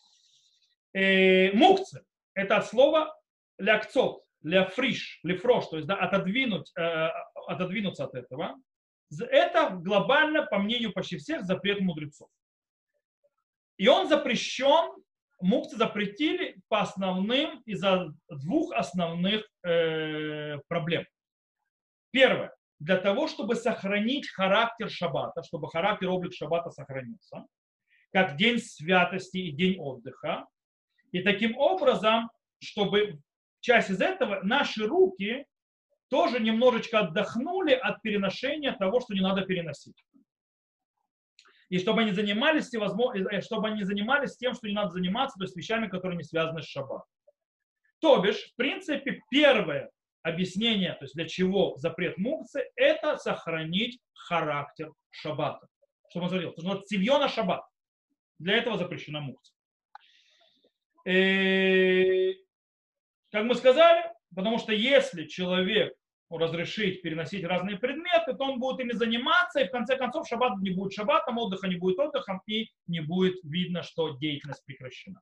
Мукцы – это от слова лякцот, ляфриш, лифрош, то есть да, отодвинуться от этого. Это глобально, по мнению почти всех, запрет мудрецов. И он запрещен, мукцы запретили по основным, из-за двух основных проблем. Первое. Для того, чтобы сохранить характер шаббата, чтобы характер, облик шаббата сохранился, как день святости и день отдыха. И таким образом, чтобы часть из этого, наши руки тоже немножечко отдохнули от переношения того, что не надо переносить. И чтобы они занимались тем, что не надо заниматься, то есть вещами, которые не связаны с шаббатом. То бишь, в принципе, первое объяснение, то есть для чего запрет мукцы, это сохранить характер шаббата. Что он говорил? Потому что цивьона шаббат. Для этого запрещена мукца. Как мы сказали, потому что если человек разрешить переносить разные предметы, то он будет ими заниматься, и в конце концов шаббат не будет шаббатом, отдыха не будет отдыхом, и не будет видно, что деятельность прекращена.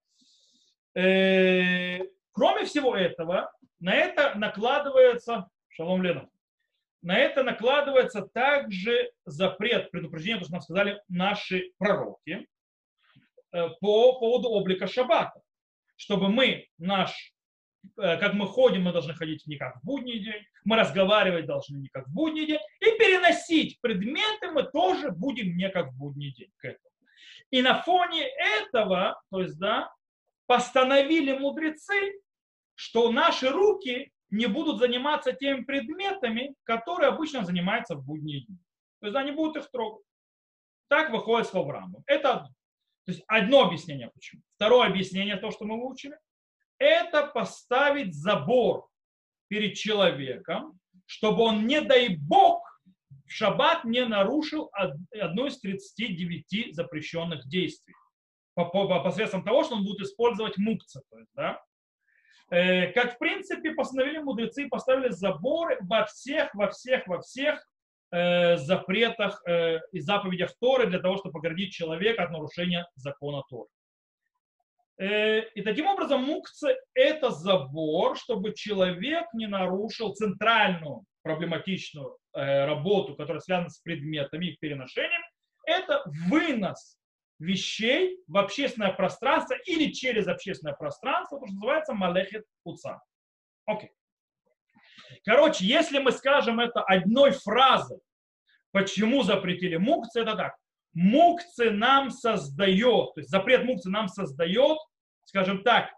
Кроме всего этого, на это накладывается, шалом Лена, на это накладывается также запрет, предупреждение, то, что нам сказали наши пророки, по поводу облика шаббата. Чтобы как мы ходим, мы должны ходить не как в будний день, мы разговаривать должны не как в будний день, и переносить предметы мы тоже будем не как в будний день к этому. И на фоне этого, то есть, да, постановили мудрецы, что наши руки не будут заниматься теми предметами, которые обычно занимаются в будние дни. То есть они будут их трогать. Так выходит слово Рамбам. Это одно. То есть одно объяснение почему. Второе объяснение, то, что мы выучили, это поставить забор перед человеком, чтобы он, не дай бог, в шаббат не нарушил одно из 39 запрещенных действий. Посредством того, что он будет использовать мукца. То есть, да? Как в принципе постановили мудрецы, поставили заборы во всех запретах и заповедях Торы для того, чтобы оградить человека от нарушения закона Торы. И таким образом мукца – это забор, чтобы человек не нарушил центральную проблематичную работу, которая связана с предметами и их переношением. Это вынос вещей в общественное пространство или через общественное пространство, то, что называется малехет уца. Окей. Короче, если мы скажем это одной фразой, почему запретили мукцы, это так. Мукцы нам создает, то есть запрет мукцы нам создает, скажем так,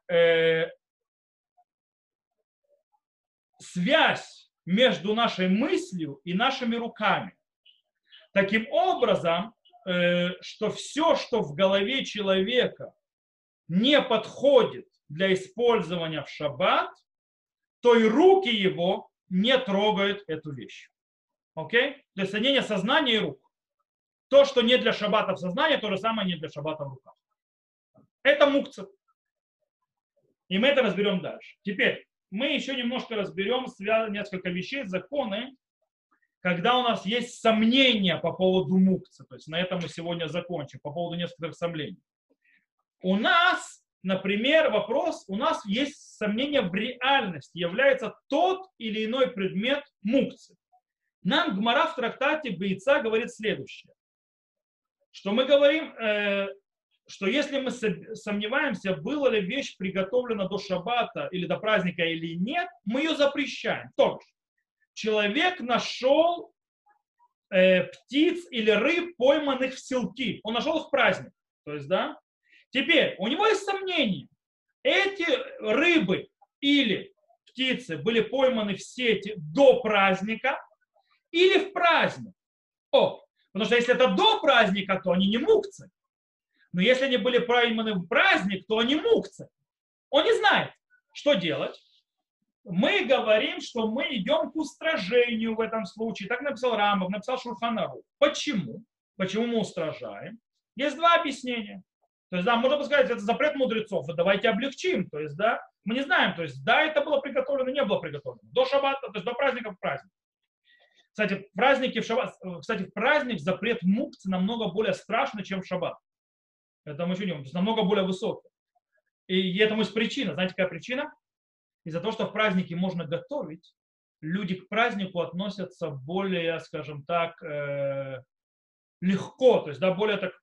связь между нашей мыслью и нашими руками. Таким образом, что все, что в голове человека не подходит для использования в шаббат, то и руки его не трогают эту вещь. Окей? То есть соединение сознания и рук. То, что не для шаббата в сознании, то же самое не для шаббата в руках. Это мукца. И мы это разберем дальше. Теперь мы еще немножко разберем несколько вещей, законы, когда у нас есть сомнения по поводу мукцы. То есть на этом мы сегодня закончим, по поводу нескольких сомнений. У нас, например, вопрос, у нас есть сомнение в реальности, является тот или иной предмет мукцы. Нам Гмара в трактате Бейца говорит следующее, что мы говорим, что если мы сомневаемся, была ли вещь приготовлена до шаббата или до праздника или нет, мы ее запрещаем. То есть человек нашел птиц или рыб, пойманных в селки. Он нашел их в праздник. То есть, да. Теперь у него есть сомнение. Эти рыбы или птицы были пойманы в сети до праздника или в праздник. Потому что если это до праздника, то они не мукцы. Но если они были пойманы в праздник, то они мукцы. Он не знает, что делать. Мы говорим, что мы идем к устражению в этом случае. Так написал Рамбам, написал Шулхан Арух. Почему? Почему мы устражаем? Есть два объяснения. То есть, да, можно сказать, это запрет мудрецов. Давайте облегчим. То есть, да, мы не знаем. То есть, да, это было приготовлено, не было приготовлено. До шаббата, то есть до праздника в праздник. Кстати, в празднике в шаббат, кстати, в праздник запрет мукцы намного более страшный, чем в шаббат. Это мы чудим, то есть намного более высокий. И этому есть причина. Знаете, какая причина? Из-за того, что в празднике можно готовить, люди к празднику относятся более, скажем так, легко, то есть, да, более так,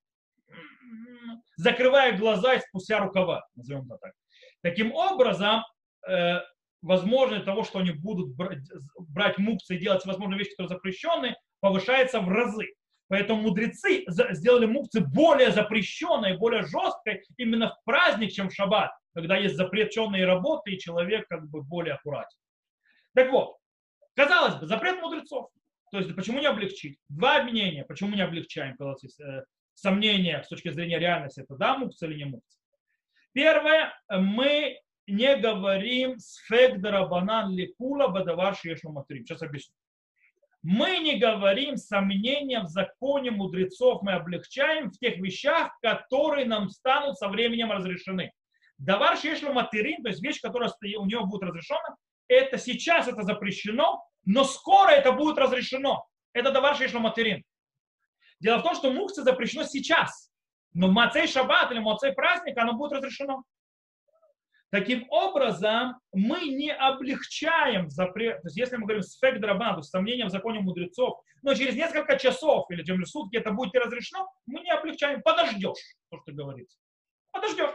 закрывая глаза и спустя рукава, назовем это так. Таким образом, возможность того, что они будут брать мукцы и делать возможные вещи, которые запрещены, повышается в разы. Поэтому мудрецы сделали мукцы более запрещенной, более жесткой именно в праздник, чем в шаббат, когда есть запрещенные работы, и человек как бы более аккуратен. Так вот, казалось бы, запрет мудрецов. То есть почему не облегчить? Два обвинения, почему не облегчаем, когда есть сомнения с точки зрения реальности, это да, мукцы или не мукцы. Первое, мы не говорим сфек дарабанан лекула бадавар шиешну матрим. Сейчас объясню. Мы не говорим сомнения в законе мудрецов, мы облегчаем в тех вещах, которые нам станут со временем разрешены. Давар шиешну матрим, то есть вещь, которая у нее будет разрешена, это сейчас это запрещено, но скоро это будет разрешено. Это давар шиешну матрим. Дело в том, что мукцы запрещено сейчас, но в Моцей шаббат или Моцей праздник оно будет разрешено. Таким образом, мы не облегчаем запрет. То есть, если мы говорим сфек драбан, то есть сомнения в законе мудрецов, но через несколько часов или через сутки это будет разрешено, мы не облегчаем. Подождешь, то, что говорится. Подождешь.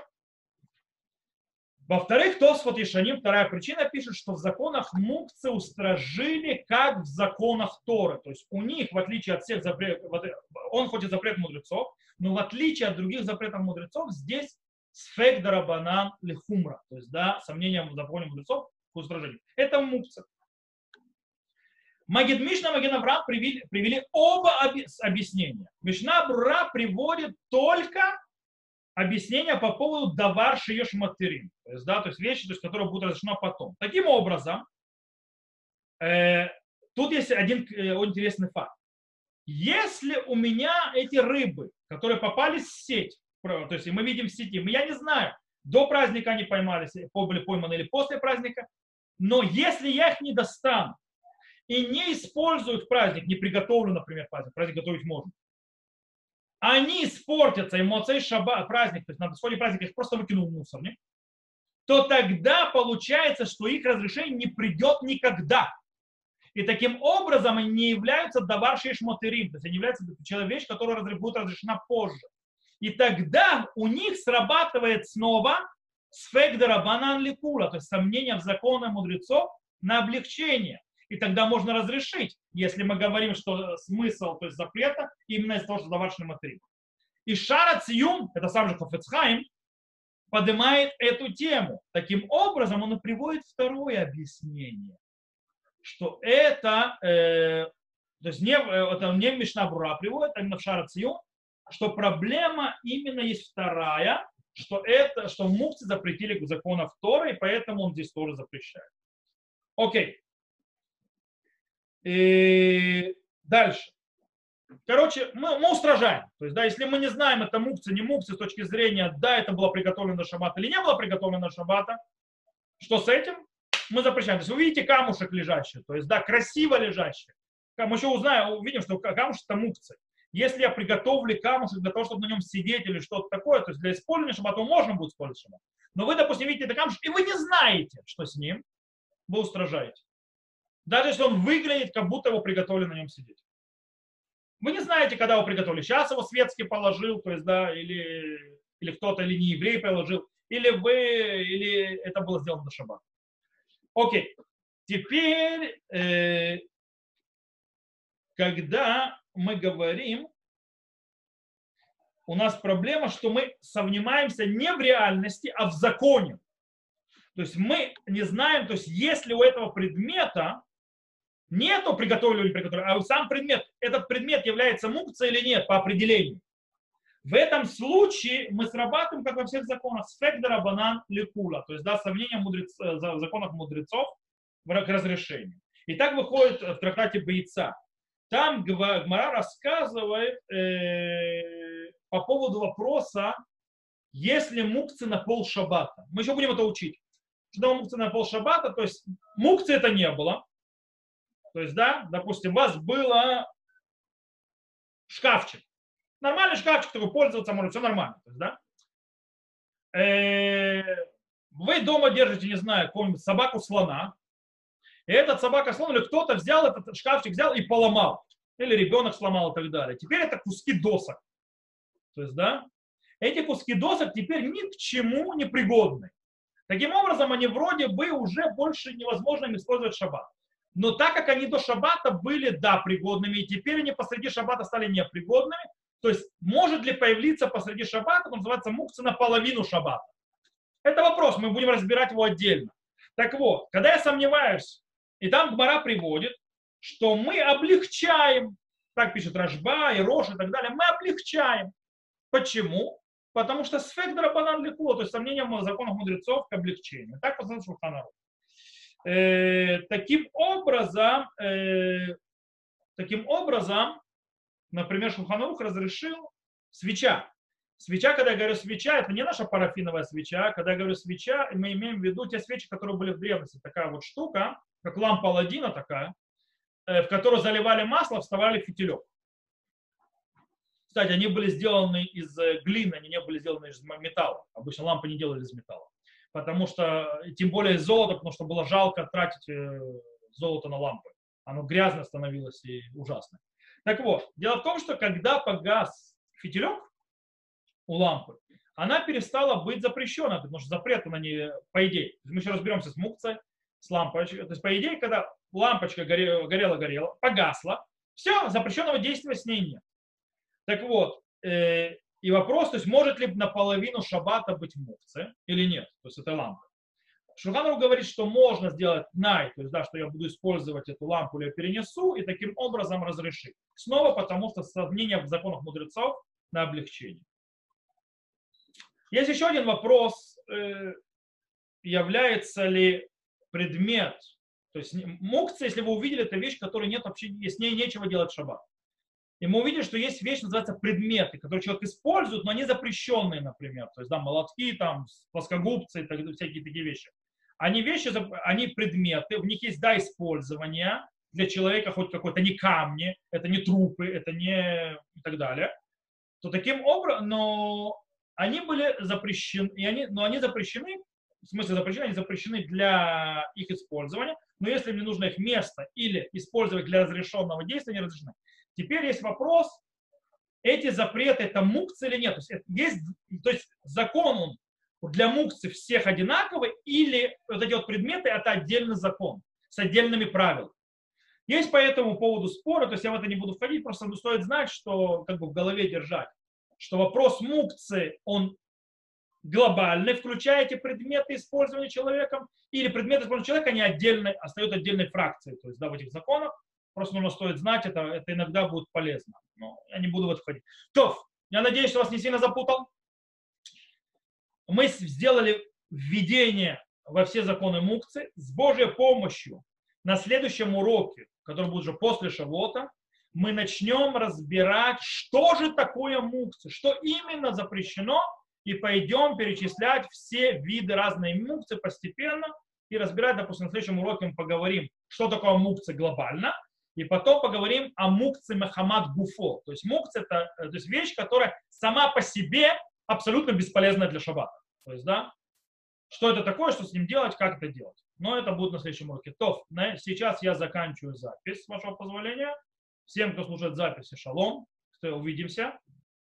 Во-вторых, Тосфот Ешаним, вторая причина, пишет, что в законах мукцы устражили, как в законах Торы. То есть у них, в отличие от всех запретов, он хоть и запрет мудрецов, но в отличие от других запретов мудрецов, здесь сфек дарабанан лихумра. То есть, да, сомнения в законе мудрецов к устражению. Это мукцы. Магид Мишна, Магид Авраам привели оба объяснения. Мишна Брура приводит только объяснение по поводу давар шиеш материн, то есть, да, то есть вещи, то есть, которые будут разрешены потом. Таким образом, тут есть один интересный факт. Если у меня эти рыбы, которые попали в сеть, то есть мы видим в сети, я не знаю, до праздника они поймались, были пойманы или после праздника, но если я их не достану и не использую в праздник, не приготовлю, например, праздник готовить можно, они испортятся, и Моцей шаббат, праздник, то есть на исходе праздника их просто выкинул в мусорник, то тогда получается, что их разрешение не придет никогда. И таким образом они не являются давар шейш мотерим, то есть они являются вещь, которая будет разрешена позже. И тогда у них срабатывает снова сфек дарабанан ликула, то есть сомнение в законах мудрецов на облегчение. И тогда можно разрешить, если мы говорим, что смысл, то есть запрета, именно из-за того, что даваршный материал. И Шара Циюм, это сам же Хафец Хаим, поднимает эту тему. Таким образом, он и приводит второе объяснение, что это, то есть это не Мишна Брура приводит, а именно в Шара Циюм, что проблема именно есть вторая, что в мукце запретили законов Торы, и поэтому он здесь тоже запрещает. Окей. И дальше. Короче, мы устражаем. То есть, да, если мы не знаем, это мукция, не мукция, с точки зрения, да, это было приготовлено на шаббат или не было приготовлено на шаббата, что с этим? Мы запрещаем. То есть вы видите камушек лежащий, то есть, да, красиво лежащий. Мы еще увидим, что камушек это мукция. Если я приготовлю камушек для того, чтобы на нем сидеть или что-то такое, то есть для использования шаббата можно будет использовать шаббат. Но вы, допустим, видите этот камушек, и вы не знаете, что с ним, вы устражаете. Даже если он выглядит, как будто его приготовили на нем сидеть. Вы не знаете, когда его приготовили. Сейчас его светский положил, то есть, да, или кто-то, или не еврей положил, или это было сделано до шаббата. Окей. Теперь, когда мы говорим, у нас проблема, что мы сомневаемся не в реальности, а в законе. То есть мы не знаем, то есть если у этого предмета нету приготовили или приготовили, а сам предмет, этот предмет является мукцией или нет по определению. В этом случае мы срабатываем, как во всех законах, сфекдера банан лекула, то есть да, сомнение в законах мудрецов к разрешению. И так выходит в трактате Бейца. Там Гмара рассказывает по поводу вопроса, есть ли мукцы на пол шаббата. Мы еще будем это учить. Что мукцы на пол шаббата, то есть мукцы это не было. То есть, да, допустим, у вас было шкафчик. Нормальный шкафчик, который пользоваться может, все нормально. То есть, да? Вы дома держите, не знаю, какую-нибудь собаку-слона. И этот собака-слон или кто-то взял этот шкафчик, взял и поломал. Или ребенок сломал и так далее. Теперь это куски досок. То есть, да, эти куски досок теперь ни к чему не пригодны. Таким образом, они вроде бы уже больше невозможно им использовать в шаббат. Но так как они до шаббата были, да, пригодными, и теперь они посреди шаббата стали непригодными, то есть может ли появиться посреди шаббата, он называется мукца наполовину шаббата. Это вопрос, мы будем разбирать его отдельно. Так вот, когда я сомневаюсь, и там Гмара приводит, что мы облегчаем, так пишет Рашба и Рош и так далее, мы облегчаем. Почему? Потому что сфекдера банан лекула, то есть сомнение в законах мудрецов к облегчению. Так познал Шулхан Арух. Таким образом, например, Шулхан Арух разрешил свеча. Свеча, когда я говорю свеча, это не наша парафиновая свеча. Когда я говорю свеча, мы имеем в виду те свечи, которые были в древности. Такая вот штука, как лампа Аладдина такая, в которую заливали масло, вставали фитилек. Кстати, они были сделаны из глины, они не были сделаны из металла. Обычно лампы не делали из металла. Потому что, тем более из золота, потому что было жалко тратить золото на лампы. Оно грязное становилось и ужасное. Так вот, дело в том, что когда погас фитилек у лампы, она перестала быть запрещенной, потому что запрета на ней, по идее, мы еще разберемся с мукцией, с лампочкой. То есть, по идее, когда лампочка горела, погасла, все, запрещенного действия с ней нет. Так вот, и вопрос, то есть может ли наполовину шаббата быть мукция или нет, то есть это лампа. Шулхан Арух говорит, что можно сделать най, то есть да, что я буду использовать эту лампу или я перенесу, и таким образом разрешить. Снова потому что сомнение в законах мудрецов на облегчение. Есть еще один вопрос, является ли предмет, то есть мукция, если вы увидели, это вещь, которая нет вообще, с ней нечего делать в шаббат. И мы увидели, что есть вещи, называются предметы, которые человек использует, но они запрещенные, например. То есть, да, молотки, там, плоскогубцы и всякие такие вещи. Они предметы, в них есть, да, использование для человека хоть какое-то, не камни, это не трупы, это не и так далее. То таким образом, но они были запрещены, они запрещены, в смысле запрещены, они запрещены для их использования, но если мне нужно их место или использовать для разрешенного действия, они разрешены. Теперь есть вопрос, эти запреты это мукцы или нет. То есть закон для мукцы всех одинаковый или вот эти вот предметы это отдельный закон с отдельными правилами. Есть по этому поводу споры, то есть я в это не буду входить, просто стоит знать, что как бы в голове держать, что вопрос мукцы, он глобальный, включая эти предметы использования человеком, или предметы использования человека, они остаются отдельной фракцией, то есть да, в этих законах. Просто нужно стоит знать, это иногда будет полезно. Но я не буду в это входить. То, я надеюсь, что вас не сильно запутал. Мы сделали введение во все законы мукцы с Божьей помощью. На следующем уроке, который будет уже после Шавуота, мы начнем разбирать, что же такое мукцы, что именно запрещено, и пойдем перечислять все виды разной мукцы постепенно и разбирать, допустим, на следующем уроке мы поговорим, что такое мукцы глобально. И потом поговорим о мукце махамад гуфо. То есть мукце это то есть вещь, которая сама по себе абсолютно бесполезная для шаббата. То есть, да, что это такое, что с ним делать, как это делать. Но это будет на следующем уроке. То, сейчас я заканчиваю запись, с вашего позволения. Всем, кто слушает записи, шалом. Увидимся.